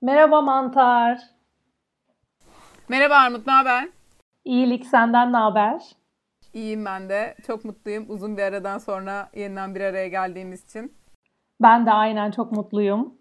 Merhaba Mantar. Merhaba Armut, ne haber? İyilik senden ne haber? İyiyim ben de. Çok mutluyum uzun bir aradan sonra yeniden bir araya geldiğimiz için. Ben de aynen çok mutluyum.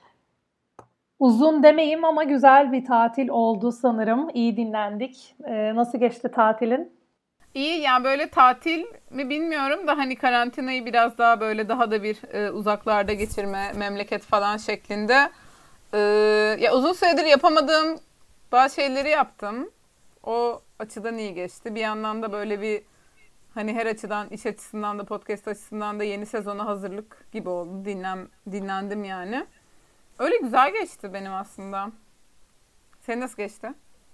Uzun demeyeyim ama güzel bir tatil oldu sanırım. İyi dinlendik. Nasıl geçti tatilin? İyi yani böyle tatil mi bilmiyorum da hani karantinayı biraz daha böyle daha da bir uzaklarda geçirme, memleket falan şeklinde. E, Ya uzun süredir yapamadığım bazı şeyleri yaptım. O açıdan iyi geçti. Bir yandan da böyle bir hani her açıdan iş açısından da podcast açısından da yeni sezona hazırlık gibi oldu. Dinlendim yani. Öyle güzel geçti benim aslında. Senin nasıl geçti?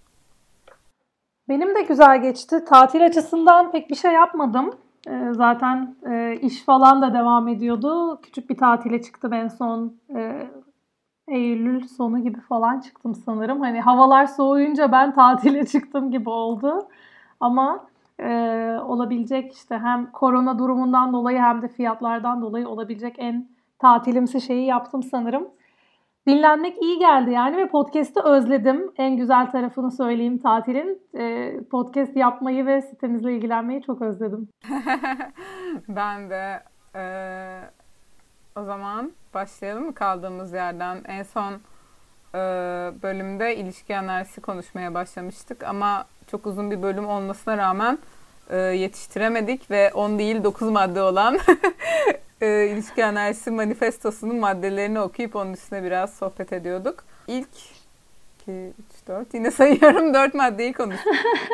Benim de güzel geçti. Tatil açısından pek bir şey yapmadım. Zaten iş falan da devam ediyordu. Küçük bir tatile çıktım en son. Eylül sonu gibi falan çıktım sanırım. Hani havalar soğuyunca ben tatile çıktım gibi oldu. Ama olabilecek işte hem korona durumundan dolayı hem de fiyatlardan dolayı olabilecek en tatilimsi şeyi yaptım sanırım. Dinlenmek iyi geldi yani ve podcast'ı özledim. En güzel tarafını söyleyeyim tatilin. Podcast yapmayı ve sitemizle ilgilenmeyi çok özledim. Ben de o zaman başlayalım mı kaldığımız yerden? En son bölümde ilişki analizi konuşmaya başlamıştık ama çok uzun bir bölüm olmasına rağmen yetiştiremedik ve 10 değil 9 madde olan ilişki analizi manifestosunun maddelerini okuyup onun üstüne biraz sohbet ediyorduk. İlk 2, 3, 4 yine sayıyorum 4 maddeyi konuştuk.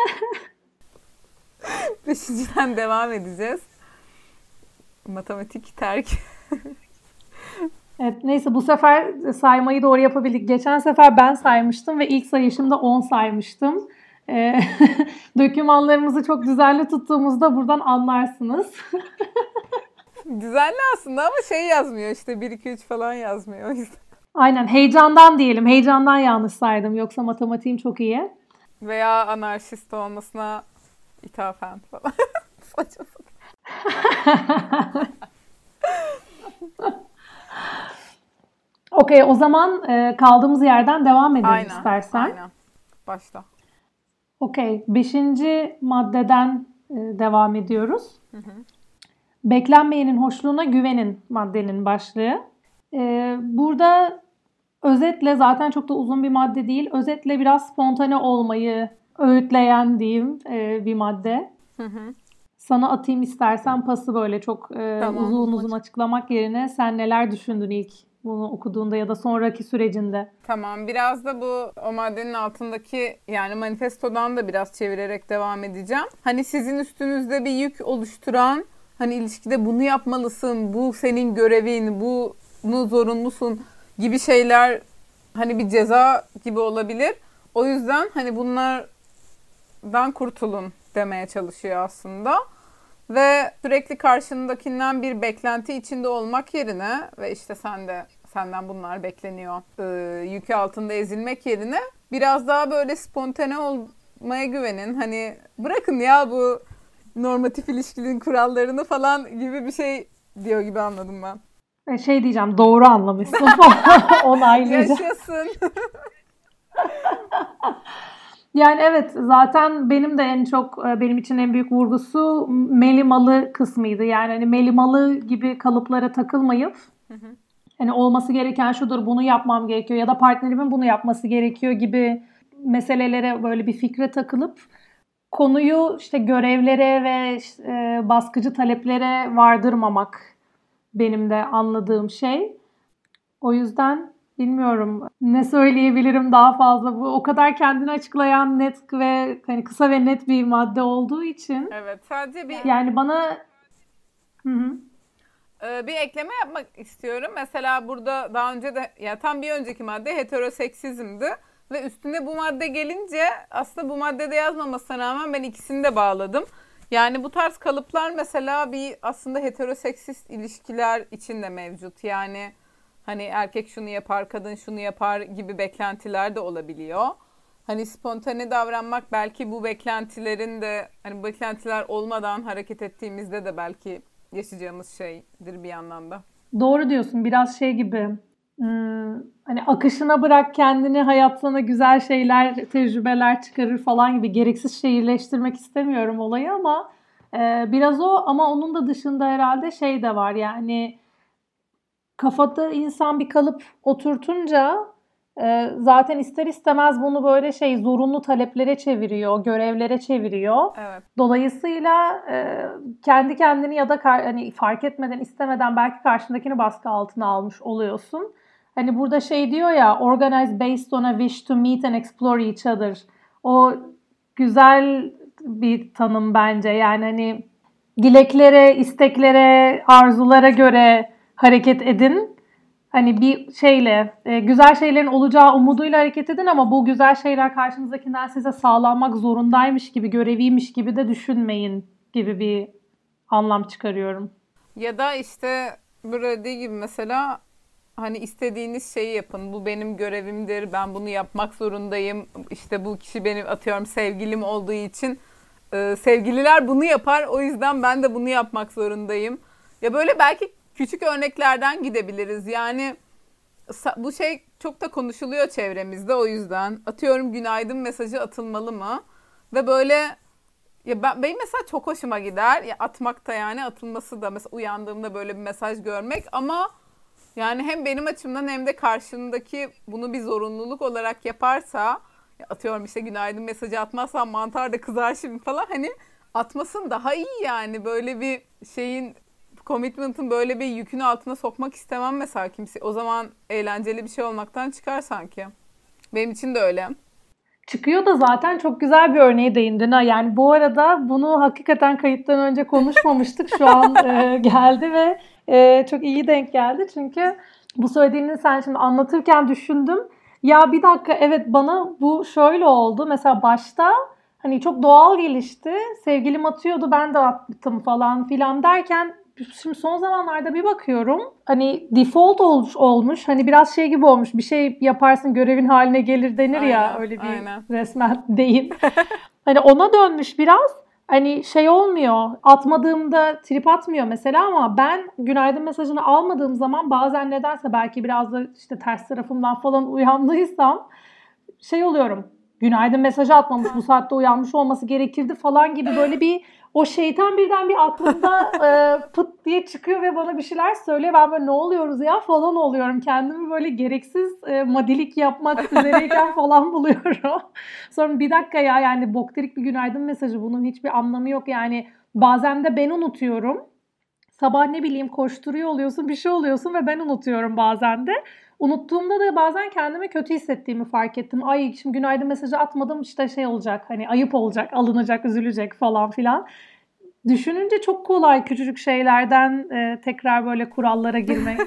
Beşinciden devam edeceğiz. Matematik terk. Evet, neyse bu sefer saymayı doğru yapabildik. Geçen sefer ben saymıştım ve ilk sayışımda 10 saymıştım. Ee, Dokümanlarımızı çok düzenli tuttuğumuzda buradan anlarsınız. Düzenli aslında ama şey yazmıyor işte 1, 2, 3 falan yazmıyor o yüzden. Aynen heyecandan diyelim. Heyecandan yanlış saydım. Yoksa matematiğim çok iyi. Veya anarşist olmasına ithafen falan. Saçma sapan. Okey, o zaman kaldığımız yerden devam edelim Aynen, istersen. aynen. Başla. Okey, beşinci maddeden devam ediyoruz. Beklenmeyenin hoşluğuna güvenin maddenin başlığı. Burada özetle zaten çok da uzun bir madde değil. Özetle biraz spontane olmayı öğütleyen diyeyim bir madde. Sana atayım istersen pası böyle çok Tamam. uzun uzun açıklamak yerine sen neler düşündün ilk bunu okuduğunda ya da sonraki sürecinde? Tamam. Biraz da bu o maddenin altındaki yani manifestodan da biraz çevirerek devam edeceğim. Hani sizin üstünüzde bir yük oluşturan hani ilişkide bunu yapmalısın, bu senin görevin, bunu zorunlusun gibi şeyler hani bir ceza gibi olabilir. O yüzden hani bunlardan kurtulun demeye çalışıyor aslında. Ve sürekli karşındakinden bir beklenti içinde olmak yerine ve işte senden bunlar bekleniyor. Yükü altında ezilmek yerine biraz daha böyle spontane olmaya güvenin. Hani bırakın ya bu normatif ilişkinin kurallarını falan gibi bir şey diyor gibi anladım ben. Şey diyeceğim doğru anlamışsın. Onaylayacağım. Yaşasın. Yani evet zaten benim de en çok benim için en büyük vurgusu melimalı kısmıydı. Yani hani melimalı gibi kalıplara takılmayıp hani olması gereken şudur bunu yapmam gerekiyor ya da partnerimin bunu yapması gerekiyor gibi meselelere böyle bir fikre takılıp konuyu işte görevlere ve baskıcı taleplere vardırmamak benim de anladığım şey. O yüzden bilmiyorum ne söyleyebilirim daha fazla. Bu o kadar kendini açıklayan net ve hani kısa ve net bir madde olduğu için. Evet, sadece Yani bana hı hı. bir ekleme yapmak istiyorum. Mesela burada daha önce de ya tam bir önceki madde heteroseksizmdi ve üstüne bu madde gelince aslında bu maddede yazmamasına rağmen ben ikisini de bağladım. Yani bu tarz kalıplar mesela bir aslında heteroseksist ilişkiler için de mevcut. Yani hani erkek şunu yapar, kadın şunu yapar gibi beklentiler de olabiliyor. Hani spontane davranmak belki bu beklentilerin de hani bu beklentiler olmadan hareket ettiğimizde de belki yaşayacağımız şeydir bir yandan da. Doğru diyorsun. Biraz şey gibi. Hani akışına bırak kendini, hayat sana güzel şeyler, tecrübeler çıkarır falan gibi gereksiz şehirleştirmek istemiyorum olayı ama biraz o, ama onun da dışında herhalde şey de var yani kafada insan bir kalıp oturtunca zaten ister istemez bunu böyle zorunlu taleplere çeviriyor, görevlere çeviriyor. Evet. Dolayısıyla kendi kendini ya da hani fark etmeden, istemeden belki karşındakini baskı altına almış oluyorsun. Hani burada diyor ya, organize based on a wish to meet and explore each other. O güzel bir tanım bence. Yani hani dileklere, isteklere, arzulara göre hareket edin. Hani bir güzel şeylerin olacağı umuduyla hareket edin ama bu güzel şeyler karşınızdakinden size sağlanmak zorundaymış gibi, göreviymiş gibi de düşünmeyin gibi bir anlam çıkarıyorum. Ya da işte burada dediği gibi mesela hani istediğiniz şeyi yapın. Bu benim görevimdir. Ben bunu yapmak zorundayım. İşte bu kişi benim atıyorum sevgilim olduğu için sevgililer bunu yapar. O yüzden ben de bunu yapmak zorundayım. Ya böyle belki küçük örneklerden gidebiliriz. Yani bu çok da konuşuluyor çevremizde, o yüzden. Atıyorum günaydın mesajı atılmalı mı? Ve böyle ya benim mesela çok hoşuma gider. Ya atmak da yani atılması da, mesela uyandığımda böyle bir mesaj görmek, ama yani hem benim açımdan hem de karşımdaki bunu bir zorunluluk olarak yaparsa, atıyorum işte günaydın mesajı atmazsam mantar da kızar şimdi falan, hani atmasın daha iyi yani. Böyle bir commitment'ın böyle bir yükün altına sokmak istemem mesela kimse. O zaman eğlenceli bir şey olmaktan çıkar sanki. Benim için de öyle. Çıkıyor da zaten, çok güzel bir örneğe değindin ha. Yani bu arada bunu hakikaten kayıttan önce konuşmamıştık. Şu an geldi ve çok iyi denk geldi. Çünkü bu söylediğini sen şimdi anlatırken düşündüm. Ya bir dakika, evet, bana bu şöyle oldu. Mesela başta hani çok doğal gelişti. Sevgilim atıyordu, ben de attım falan filan derken şimdi son zamanlarda bir bakıyorum hani default olmuş, hani biraz gibi olmuş, bir şey yaparsın görevin haline gelir denir Aynen, ya, öyle bir aynen. resmen deyim. Hani ona dönmüş biraz. Hani olmuyor, atmadığımda trip atmıyor mesela, ama ben günaydın mesajını almadığım zaman bazen nedense, belki biraz da işte ters tarafımdan falan uyandıysam oluyorum. Günaydın mesajı atmamış, bu saatte uyanmış olması gerekirdi falan gibi, böyle bir o şeytan birden bir aklımda pıt diye çıkıyor ve bana bir şeyler söylüyor. Ben böyle ne oluyoruz ya falan oluyorum. Kendimi böyle gereksiz madilik yapmak üzereyken falan buluyorum. Sonra bir dakika ya, yani bokterik bir günaydın mesajı, bunun hiçbir anlamı yok. Yani bazen de ben unutuyorum. Sabah ne bileyim koşturuyor oluyorsun, bir şey oluyorsun ve ben unutuyorum bazen de. Unuttuğumda da bazen kendimi kötü hissettiğimi fark ettim. Ay şimdi günaydın mesajı atmadım, işte olacak, hani ayıp olacak, alınacak, üzülecek falan filan. Düşününce çok kolay küçücük şeylerden tekrar böyle kurallara girmek.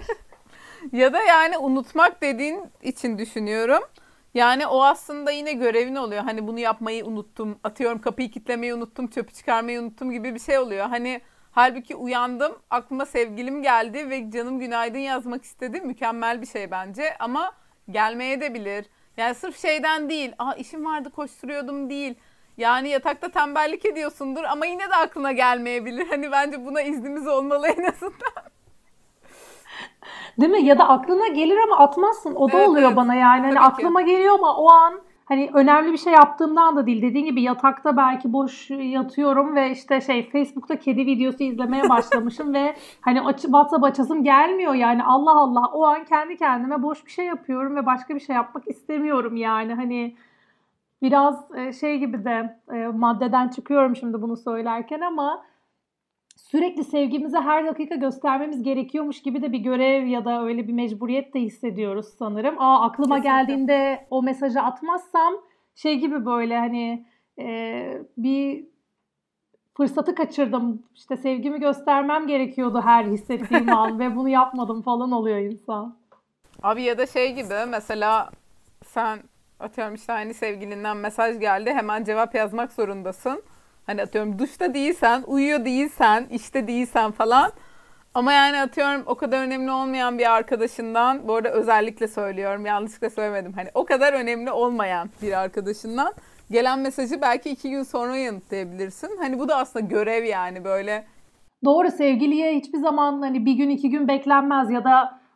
Ya da yani unutmak dediğin için düşünüyorum. Yani o aslında yine görevin oluyor. Hani bunu yapmayı unuttum. Atıyorum kapıyı kilitlemeyi unuttum, çöpü çıkarmayı unuttum gibi bir şey oluyor. Hani halbuki uyandım, aklıma sevgilim geldi ve canım günaydın yazmak istedi. Mükemmel bir şey bence, ama gelmeye de bilir. Yani sırf şeyden değil, işim vardı koşturuyordum değil. Yani yatakta tembellik ediyorsundur ama yine de aklına gelmeyebilir. Hani bence buna iznimiz olmalı en azından. Değil mi? Ya da aklına gelir ama atmazsın. O da Evet, oluyor evet. bana yani. Hani Tabii ki. aklıma geliyor ama o an hani önemli bir şey yaptığımdan da değil. Dediğin gibi yatakta belki boş yatıyorum ve işte Facebook'ta kedi videosu izlemeye başlamışım ve hani WhatsApp açasım gelmiyor yani. Allah Allah, o an kendi kendime boş bir şey yapıyorum ve başka bir şey yapmak istemiyorum yani. Hani biraz gibi de maddeden çıkıyorum şimdi bunu söylerken, ama sürekli sevgimizi her dakika göstermemiz gerekiyormuş gibi de bir görev ya da öyle bir mecburiyet de hissediyoruz sanırım. Aklıma Kesinlikle. geldiğinde o mesajı atmazsam gibi, böyle hani bir fırsatı kaçırdım. İşte sevgimi göstermem gerekiyordu her hissettiğim an ve bunu yapmadım falan oluyor insan. Abi ya da gibi mesela sen atıyorum işte hani sevgilinden mesaj geldi, hemen cevap yazmak zorundasın. Hani atıyorum duşta değilsen, uyuyor değilsen, işte değilsen falan. Ama yani atıyorum o kadar önemli olmayan bir arkadaşından, bu arada özellikle söylüyorum, yanlışlıkla söylemedim. Hani o kadar önemli olmayan bir arkadaşından gelen mesajı belki 2 gün sonra yanıtlayabilirsin. Hani bu da aslında görev yani, böyle. Doğru, sevgiliye hiçbir zaman hani bir gün iki gün beklenmez ya da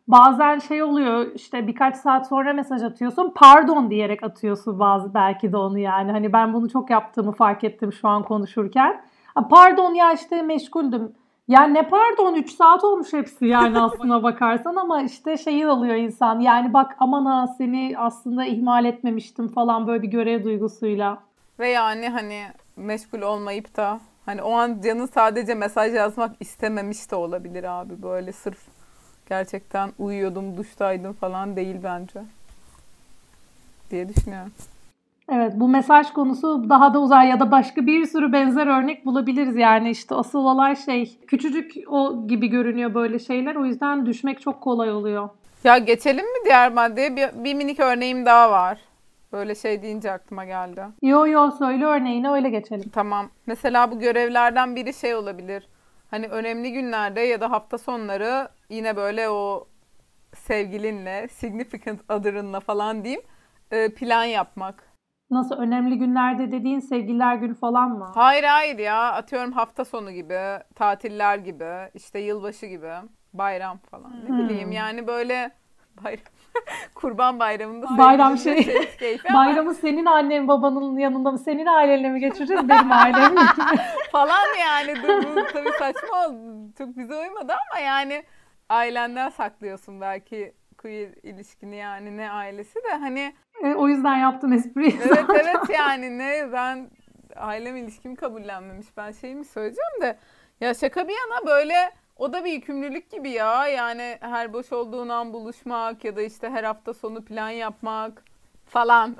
bazen şey oluyor işte birkaç saat sonra mesaj atıyorsun pardon diyerek atıyorsun belki de onu yani. Hani ben bunu çok yaptığımı fark ettim şu an konuşurken. Pardon ya işte meşguldüm. Ya ne pardon 3 saat olmuş hepsi yani aslına bakarsan ama işte şeyi oluyor insan. Yani bak aman ha seni aslında ihmal etmemiştim falan böyle bir görev duygusuyla. Ve yani hani meşgul olmayıp da hani o an canın sadece mesaj yazmak istememiş de olabilir abi. Böyle sırf gerçekten uyuyordum, duştaydım falan değil bence diye düşünüyorum. Evet bu mesaj konusu daha da uzar ya da başka bir sürü benzer örnek bulabiliriz yani işte asıl olay şey küçücük o gibi görünüyor böyle şeyler o yüzden düşmek çok kolay oluyor. Ya geçelim mi diğer maddeye? Bir minik örneğim daha var. Böyle şey deyince aklıma geldi. Yo söyle örneğini öyle geçelim. Tamam. Mesela bu görevlerden biri şey olabilir. Hani önemli günlerde ya da hafta sonları yine böyle o sevgilinle, significant other'ınla falan diyeyim plan yapmak. Nasıl önemli günlerde dediğin sevgililer günü falan mı? Hayır hayır ya atıyorum hafta sonu gibi, tatiller gibi, işte yılbaşı gibi, bayram falan ne bileyim yani böyle bayram. Kurban Bayramı'nda Bayram sevgilinle şey çeyiz keyfi ama bayramı senin annen babanın yanında mı senin ailenle mi geçireceğiz benim ailemle mi? falan yani. Bu tabii saçma oldu. Çok bize uymadı ama yani ailenden saklıyorsun belki queer ilişkini yani ne ailesi de hani O yüzden yaptım espriyi evet zaten. evet yani ne ben ailem ilişkimi kabullenmemiş ben şey mi söyleyeceğim de ya şaka bir yana böyle o da bir yükümlülük gibi ya yani her boş olduğun an buluşmak ya da işte her hafta sonu plan yapmak falan.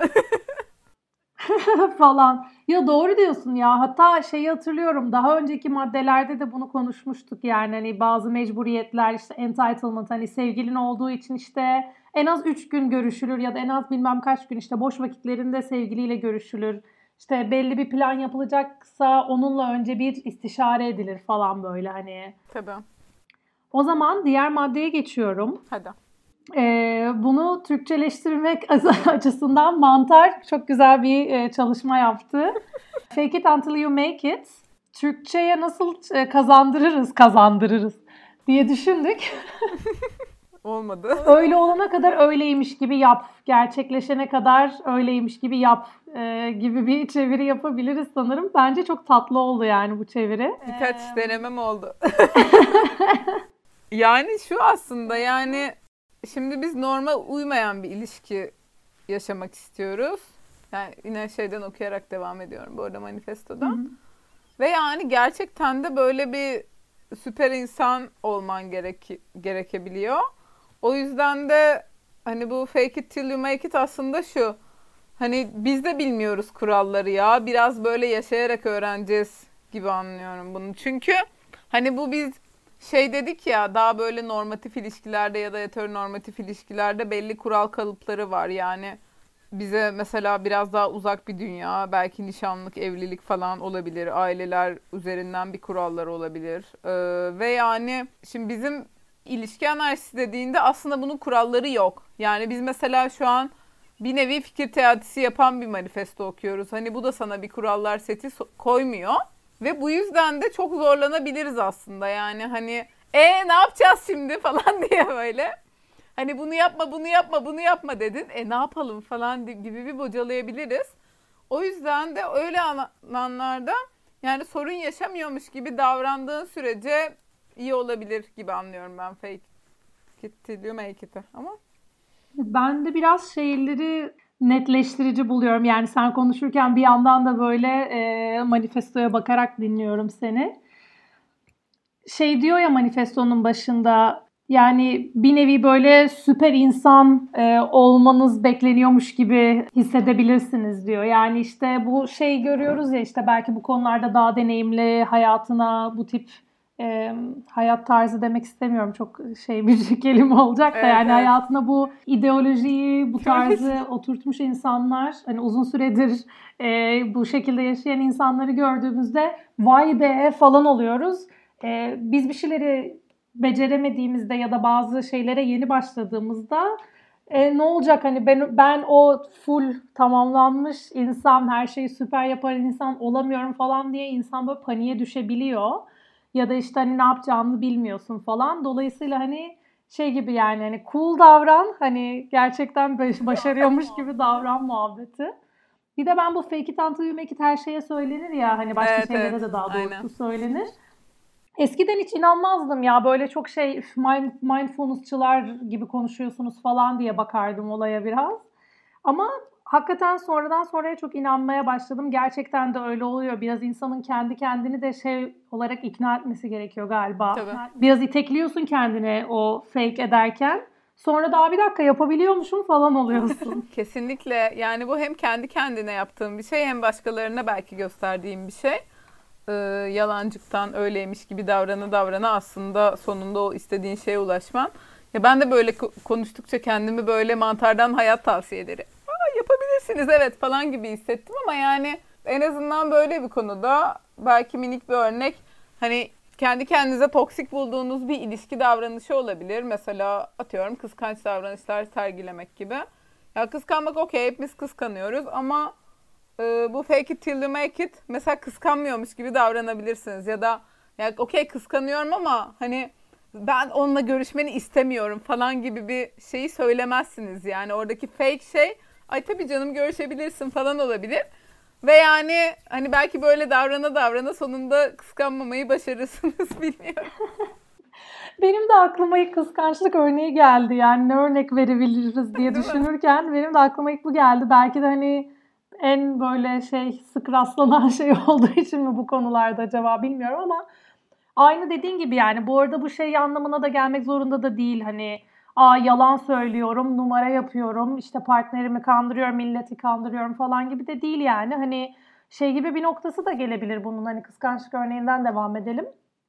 Falan. Ya doğru diyorsun ya. Hatta şeyi hatırlıyorum. Daha önceki maddelerde de bunu konuşmuştuk. Yani hani bazı mecburiyetler işte entitlement hani sevgilin olduğu için işte en az 3 gün görüşülür ya da en az bilmem kaç gün işte boş vakitlerinde sevgiliyle görüşülür. İşte belli bir plan yapılacaksa onunla önce bir istişare edilir falan böyle hani. Tabii. O zaman diğer maddeye geçiyorum. Hadi. Bunu Türkçeleştirmek açısından Mantar çok güzel bir çalışma yaptı. Fake it until you make it. Türkçe'ye nasıl kazandırırız diye düşündük. Olmadı. Öyle olana kadar öyleymiş gibi yap. Gerçekleşene kadar öyleymiş gibi yap gibi bir çeviri yapabiliriz sanırım. Bence çok tatlı oldu yani bu çeviri. Birkaç denemem oldu. Yani şu aslında yani şimdi biz normal uymayan bir ilişki yaşamak istiyoruz. Yani yine şeyden okuyarak devam ediyorum bu arada manifestodan. Hı hı. Ve yani gerçekten de böyle bir süper insan olman gerekebiliyor. O yüzden de hani bu fake it till you make it aslında şu. Hani biz de bilmiyoruz kuralları ya. Biraz böyle yaşayarak öğreneceğiz gibi anlıyorum bunu. Çünkü hani bu biz şey dedik ya daha böyle normatif ilişkilerde ya da heteronormatif ilişkilerde belli kural kalıpları var. Yani bize mesela biraz daha uzak bir dünya, belki nişanlık, evlilik falan olabilir. Aileler üzerinden bir kurallar olabilir. Ve yani şimdi bizim ilişki anarşisi dediğinde aslında bunun kuralları yok. Yani biz mesela şu an bir nevi fikir teatisi yapan bir manifesto okuyoruz. Hani bu da sana bir kurallar seti koymuyor. Ve bu yüzden de çok zorlanabiliriz aslında. Yani hani ne yapacağız şimdi falan diye böyle. Hani bunu yapma, bunu yapma, bunu yapma dedin. Ne yapalım falan gibi bir bocalayabiliriz. O yüzden de öyle anlarda yani sorun yaşamıyormuş gibi davrandığın sürece iyi olabilir gibi anlıyorum ben fake it till you make it'i. Ama Ben de biraz şeyleri netleştirici buluyorum. Yani sen konuşurken bir yandan da böyle manifestoya bakarak dinliyorum seni. Şey diyor ya manifestonun başında yani bir nevi böyle süper insan olmanız bekleniyormuş gibi hissedebilirsiniz diyor. Yani işte bu şey görüyoruz ya işte belki bu konularda daha deneyimli hayatına bu tip hayat tarzı demek istemiyorum çok şey bir kelime olacak da evet yani evet. hayatına bu ideolojiyi bu tarzı oturtmuş insanlar hani uzun süredir bu şekilde yaşayan insanları gördüğümüzde vay be falan oluyoruz. Biz bir şeyleri beceremediğimizde ya da bazı şeylere yeni başladığımızda ne olacak hani ben o full tamamlanmış insan her şeyi süper yapan insan olamıyorum falan diye insan böyle paniğe düşebiliyor ya da işte hani ne yapacağını bilmiyorsun falan dolayısıyla hani şey gibi yani hani cool davran, hani gerçekten başarıyormuş gibi davran muhabbeti. Bir de ben bu fake it until you make it her şeye söylenir ya, hani başka Evet, şeylere evet. de daha doğrusu Aynen. söylenir. Eskiden hiç inanmazdım ya, böyle çok şey mindfulnessçılar gibi konuşuyorsunuz falan diye bakardım olaya biraz. Ama hakikaten sonradan sonraya çok inanmaya başladım. Gerçekten de öyle oluyor. Biraz insanın kendi kendini de şey olarak ikna etmesi gerekiyor galiba. Tabii. Biraz itekliyorsun kendini o fake ederken. Sonra daha bir dakika yapabiliyormuşum falan oluyorsun. Kesinlikle. Yani bu hem kendi kendine yaptığım bir şey hem başkalarına belki gösterdiğim bir şey. Yalancıktan öyleymiş gibi davrana aslında sonunda o istediğin şeye ulaşman. Ya ben de böyle konuştukça kendimi böyle mantardan hayat tavsiyeleri. Yapabilirsiniz evet falan gibi hissettim ama yani en azından böyle bir konuda belki minik bir örnek, hani kendi kendinize toksik bulduğunuz bir ilişki davranışı olabilir. Mesela atıyorum kıskanç davranışlar sergilemek gibi. Ya kıskanmak okey, hepimiz kıskanıyoruz ama bu fake it till you make it mesela kıskanmıyormuş gibi davranabilirsiniz. Ya da ya okey kıskanıyorum ama hani ben onunla görüşmeni istemiyorum falan gibi bir şeyi söylemezsiniz. Yani oradaki fake şey ay tabii canım görüşebilirsin falan olabilir. Ve yani hani belki böyle davrana sonunda kıskanmamayı başarırsınız bilmiyorum. Benim de aklıma ilk kıskançlık örneği geldi. Yani ne örnek verebiliriz diye Değil mi? düşünürken benim de aklıma ilk bu geldi. Belki de hani en böyle şey sık rastlanan şey olduğu için mi bu konularda acaba bilmiyorum ama aynı dediğin gibi yani bu arada bu şey anlamına da gelmek zorunda da değil. Hani yalan söylüyorum, numara yapıyorum, işte partnerimi kandırıyorum, milleti kandırıyorum falan gibi de değil yani. Hani şey gibi bir noktası da gelebilir bunun, hani kıskançlık örneğinden devam edelim.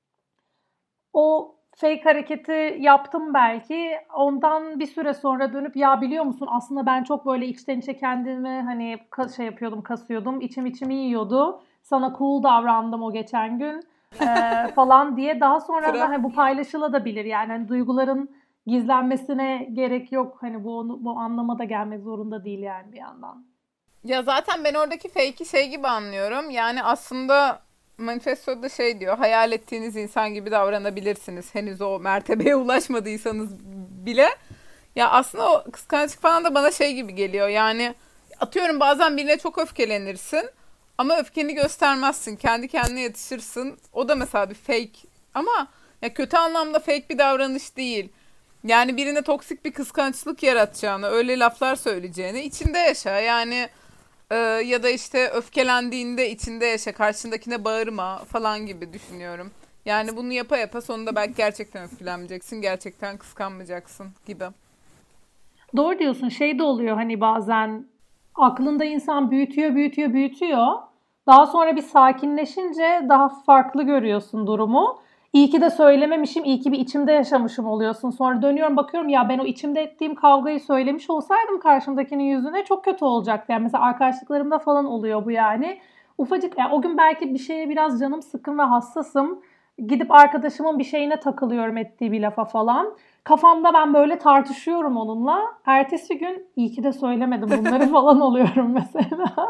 O fake hareketi yaptım belki. Ondan bir süre sonra dönüp ya biliyor musun aslında ben çok böyle içten içe kendimi hani şey yapıyordum, kasıyordum. İçimi yiyordu. Sana cool davrandım o geçen gün falan diye. Daha sonra da Sıra. hani bu paylaşılabilir. Yani hani duyguların gizlenmesine gerek yok. Hani bu anlama da gelmek zorunda değil yani bir yandan. Ya zaten ben oradaki fake'i şey gibi anlıyorum. Yani aslında manifestoda şey diyor. Hayal ettiğiniz insan gibi davranabilirsiniz. Henüz o mertebeye ulaşmadıysanız bile. Ya aslında o kıskançlık falan da bana şey gibi geliyor. Yani atıyorum bazen birine çok öfkelenirsin. Ama öfkeni göstermezsin. Kendi kendine yatışırsın. O da mesela bir fake. Ama ya kötü anlamda fake bir davranış değil. Yani birine toksik bir kıskançlık yaratacağını, öyle laflar söyleyeceğini içinde yaşa. Yani ya da işte öfkelendiğinde içinde yaşa, karşındakine bağırma falan gibi düşünüyorum. Yani bunu yapa yapa sonunda belki gerçekten öfkelenmeyeceksin, gerçekten kıskanmayacaksın gibi. Doğru diyorsun. Şey de oluyor hani bazen aklında insan büyütüyor. Daha sonra bir sakinleşince daha farklı görüyorsun durumu. İyi ki de söylememişim, iyi ki bir içimde yaşamışım oluyorsun. Sonra dönüyorum bakıyorum ya ben o içimde ettiğim kavgayı söylemiş olsaydım karşımdakinin yüzüne çok kötü olacaktı. Yani mesela arkadaşlıklarımda falan oluyor bu yani. Ufacık yani o gün belki bir şeye biraz canım sıkkın ve hassasım. Gidip arkadaşımın bir şeyine takılıyorum ettiği bir lafa falan. Kafamda ben böyle tartışıyorum onunla. Ertesi gün iyi ki de söylemedim bunları falan oluyorum mesela.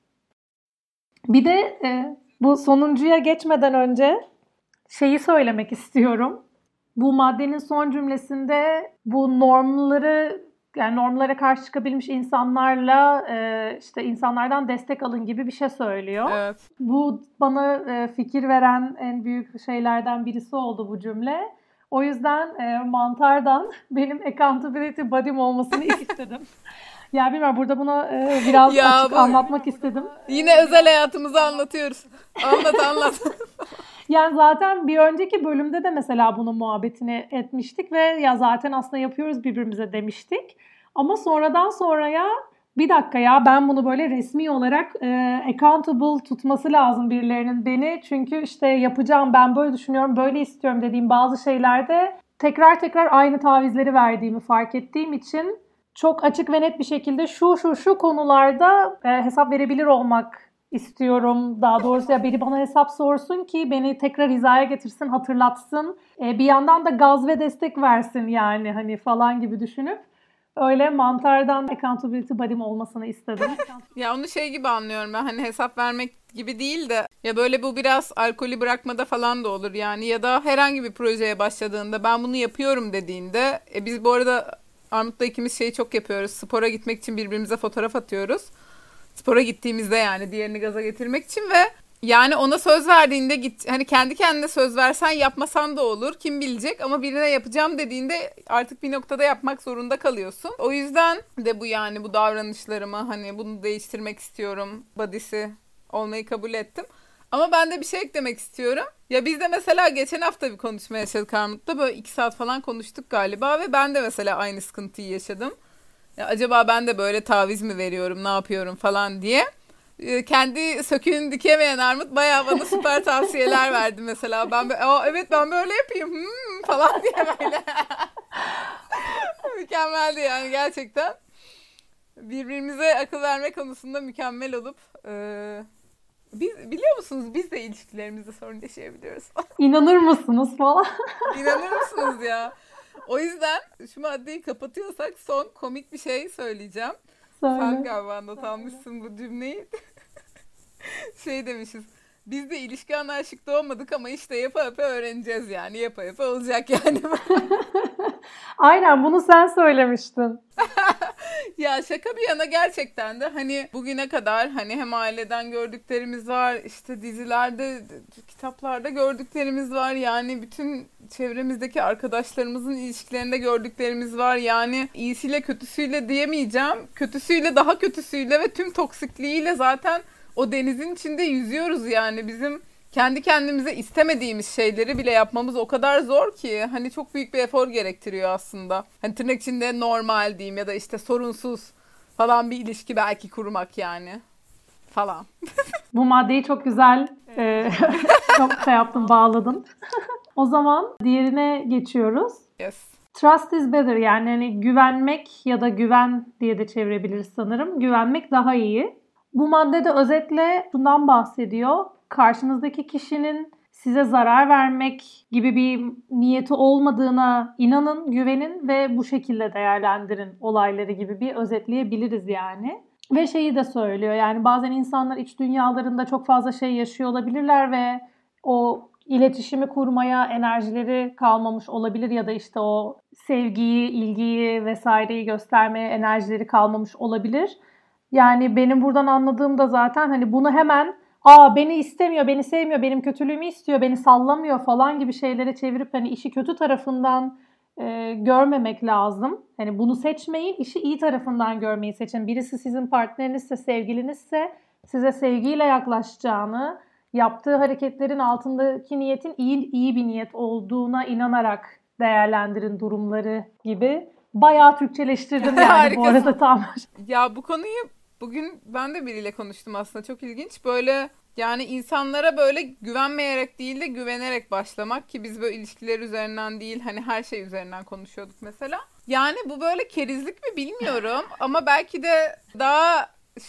Bir de bu sonuncuya geçmeden önce şeyi söylemek istiyorum. Bu maddenin son cümlesinde bu normları yani normlara karşı çıkabilmiş insanlarla işte insanlardan destek alın gibi bir şey söylüyor. Evet. Bu bana fikir veren en büyük şeylerden birisi oldu bu cümle. O yüzden mantardan benim accountability body'm olmasını istedim. Ya bilmiyorum burada bunu biraz Ya açık bu anlatmak istedim. yine özel hayatımızı anlatıyoruz. Anlat anlat. Yani zaten bir önceki bölümde de mesela bunun muhabbetini etmiştik ve ya zaten aslında yapıyoruz birbirimize demiştik. Ama sonradan sonraya bir dakika ya ben bunu böyle resmi olarak accountable tutması lazım birilerinin beni. Çünkü işte yapacağım ben böyle düşünüyorum böyle istiyorum dediğim bazı şeylerde tekrar aynı tavizleri verdiğimi fark ettiğim için çok açık ve net bir şekilde şu konularda hesap verebilir olmak istiyorum. Daha doğrusu ya biri bana hesap sorsun ki beni tekrar hizaya getirsin, hatırlatsın. Bir yandan da gaz ve destek versin yani hani falan gibi düşünüp öyle mantardan accountability body'm olmasını istedim. Ya onu şey gibi anlıyorum ben, hani hesap vermek gibi değil de ya böyle bu biraz alkolü bırakmada falan da olur yani, ya da herhangi bir projeye başladığında ben bunu yapıyorum dediğinde biz bu arada Armut'la ikimiz şeyi çok yapıyoruz. Spora gitmek için birbirimize fotoğraf atıyoruz. Spora gittiğimizde yani diğerini gaza getirmek için ve yani ona söz verdiğinde git, hani kendi kendine söz versen yapmasan da olur, kim bilecek, ama birine yapacağım dediğinde artık bir noktada yapmak zorunda kalıyorsun. O yüzden de bu yani bu davranışlarımı hani bunu değiştirmek istiyorum body'si olmayı kabul ettim. Ama ben de bir şey eklemek istiyorum. Ya biz de mesela geçen hafta bir konuşma yaşadık Armut'ta, böyle 2 saat falan konuştuk galiba ve ben de mesela aynı sıkıntıyı yaşadım. Ya acaba ben de böyle taviz mi veriyorum, ne yapıyorum falan diye. Kendi söküğünü dikemeyen Armut bayağı bana süper tavsiyeler verdi mesela. Ben evet ben böyle yapayım falan diye böyle. Mükemmeldi yani gerçekten. Birbirimize akıl verme konusunda mükemmel olup biz biliyor musunuz biz de ilişkilerimizde sorun yaşayabiliyoruz. İnanır mısınız falan. İnanır mısınız ya? O yüzden şu maddeyi kapatıyorsak son komik bir şey söyleyeceğim. Söyle. Sen galiba not almışsın bu cümleyi. Şey demişiz. Biz de ilişki anarşik doğmadık ama işte yapa yapa öğreneceğiz yani. Yapa yapa olacak yani. Aynen, bunu sen söylemiştin. Ya şaka bir yana gerçekten de hani bugüne kadar hani hem aileden gördüklerimiz var, işte dizilerde, kitaplarda gördüklerimiz var. Yani bütün çevremizdeki arkadaşlarımızın ilişkilerinde gördüklerimiz var. Yani iyisiyle kötüsüyle diyemeyeceğim. Kötüsüyle, daha kötüsüyle ve tüm toksikliğiyle zaten o denizin içinde yüzüyoruz yani. Bizim kendi kendimize istemediğimiz şeyleri bile yapmamız o kadar zor ki hani çok büyük bir efor gerektiriyor aslında. Hani tırnak içinde normal diyeyim ya da işte sorunsuz falan bir ilişki belki kurmak yani falan. Bu maddeyi çok güzel çok şey yaptın, bağladın. O zaman diğerine geçiyoruz. Yes. Trust is better, yani hani güvenmek ya da güven diye de çevirebiliriz sanırım. Güvenmek daha iyi. Bu maddede özetle bundan bahsediyor. Karşınızdaki kişinin size zarar vermek gibi bir niyeti olmadığına inanın, güvenin ve bu şekilde değerlendirin olayları gibi bir özetleyebiliriz yani. Ve şeyi de söylüyor, yani bazen insanlar iç dünyalarında çok fazla şey yaşıyor olabilirler ve o iletişimi kurmaya enerjileri kalmamış olabilir ya da işte o sevgiyi, ilgiyi vesaireyi göstermeye enerjileri kalmamış olabilir. Yani benim buradan anladığım da zaten hani bunu hemen beni istemiyor, beni sevmiyor, benim kötülüğümü istiyor, beni sallamıyor falan gibi şeylere çevirip hani işi kötü tarafından görmemek lazım. Hani bunu seçmeyin, işi iyi tarafından görmeyi seçin. Birisi sizin partnerinizse, sevgilinizse size sevgiyle yaklaşacağını, yaptığı hareketlerin altındaki niyetin iyi bir niyet olduğuna inanarak değerlendirin durumları gibi. Bayağı Türkçeleştirdim yani bu arada tam. Ya bu konuyu bugün ben de biriyle konuştum aslında, çok ilginç. Böyle yani insanlara böyle güvenmeyerek değil de güvenerek başlamak, ki biz böyle ilişkiler üzerinden değil hani her şey üzerinden konuşuyorduk mesela. Yani bu böyle kerizlik mi bilmiyorum ama belki de daha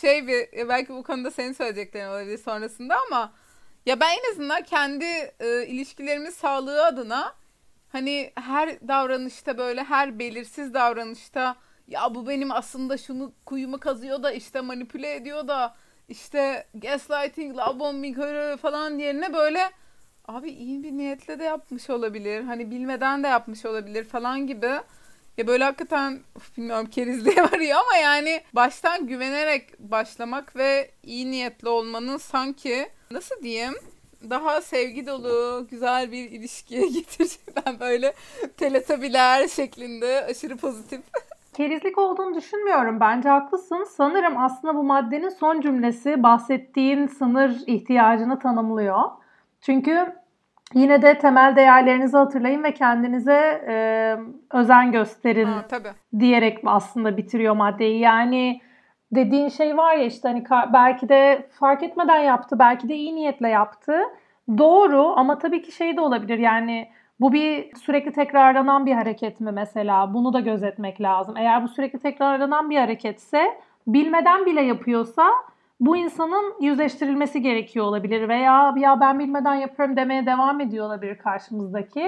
belki bu konuda senin söyleyeceklerin olabilir sonrasında, ama ya ben en azından kendi ilişkilerimin sağlığı adına hani her davranışta, böyle her belirsiz davranışta ya bu benim aslında şunu kuyumu kazıyor da işte manipüle ediyor da işte gaslighting, love bombing falan yerine böyle abi iyi bir niyetle de yapmış olabilir. Hani bilmeden de yapmış olabilir falan gibi. Ya böyle hakikaten bilmiyorum, kerizliğe varıyor ama yani baştan güvenerek başlamak ve iyi niyetli olmanın sanki nasıl diyeyim daha sevgi dolu, güzel bir ilişkiye getirecek. Ben böyle teletabiler şeklinde aşırı pozitif. Kerizlik olduğunu düşünmüyorum. Bence haklısın. Sanırım aslında bu maddenin son cümlesi bahsettiğin sınır ihtiyacını tanımlıyor. Çünkü yine de temel değerlerinizi hatırlayın ve kendinize özen gösterin Tabii. diyerek aslında bitiriyor maddeyi. Yani dediğin şey var ya işte hani belki de fark etmeden yaptı, belki de iyi niyetle yaptı. Doğru, ama tabii ki şey de olabilir yani bu bir sürekli tekrarlanan bir hareket mi mesela? Bunu da gözetmek lazım. Eğer bu sürekli tekrarlanan bir hareketse, bilmeden bile yapıyorsa bu insanın yüzleştirilmesi gerekiyor olabilir veya ya ben bilmeden yapıyorum demeye devam ediyor olabilir karşımızdaki.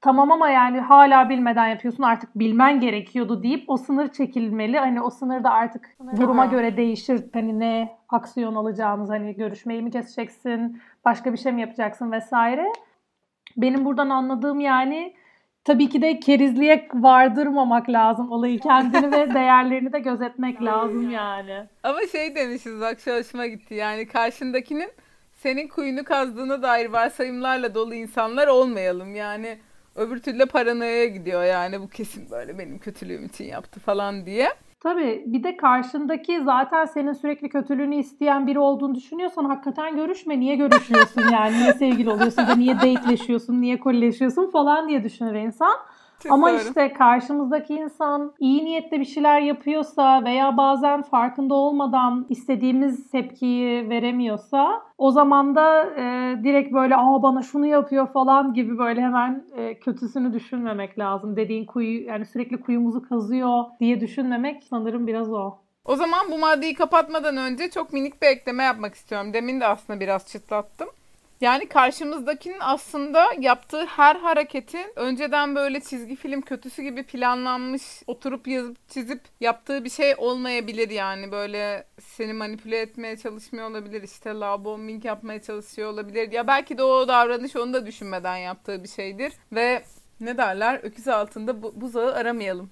tamam ama yani hala bilmeden yapıyorsun, artık bilmen gerekiyordu deyip o sınır çekilmeli. Hani o sınır da artık duruma göre değişir. Hani ne aksiyon alacağınız, hani görüşmeyi mi keseceksin, başka bir şey mi yapacaksın vesaire. Benim buradan anladığım yani tabii ki de kerizliğe vardırmamak lazım olayı. Kendini ve değerlerini de gözetmek lazım yani. Ama şey demişiz bak, şu hoşuma gitti. Yani karşındakinin senin kuyunu kazdığına dair varsayımlarla dolu insanlar olmayalım. Yani öbür türlü paranoyaya gidiyor, yani bu kesin böyle benim kötülüğüm için yaptı falan diye. Tabii bir de karşındaki zaten senin sürekli kötülüğünü isteyen biri olduğunu düşünüyorsan hakikaten görüşme. Niye görüşüyorsun yani? Niye sevgili oluyorsun da niye dateleşiyorsun, niye kolileşiyorsun falan diye düşünür insan. Çok Ama doğru. işte karşımızdaki insan iyi niyetle bir şeyler yapıyorsa veya bazen farkında olmadan istediğimiz tepkiyi veremiyorsa o zaman da direkt böyle bana şunu yapıyor falan gibi böyle hemen kötüsünü düşünmemek lazım. Dediğin kuyu, yani sürekli kuyumuzu kazıyor diye düşünmemek sanırım biraz o. O zaman bu maddeyi kapatmadan önce çok minik bir ekleme yapmak istiyorum. Demin de aslında biraz çıtlattım. Yani karşımızdakinin aslında yaptığı her hareketin önceden böyle çizgi film kötüsü gibi planlanmış, oturup yazıp çizip yaptığı bir şey olmayabilir yani. Böyle seni manipüle etmeye çalışmıyor olabilir, işte love bombing yapmaya çalışıyor olabilir. Ya belki de o davranış onu da düşünmeden yaptığı bir şeydir. Ve ne derler? Öküz altında buzağı aramayalım.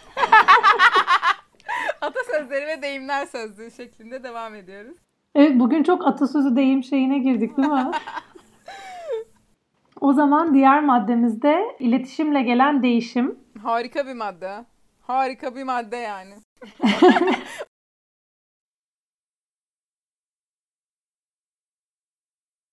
Atasözleri ve deyimler sözlüğü şeklinde devam ediyoruz. Evet, bugün çok atasözü deyim şeyine girdik değil mi? O zaman diğer maddemizde iletişimle gelen değişim. Harika bir madde. Harika bir madde yani.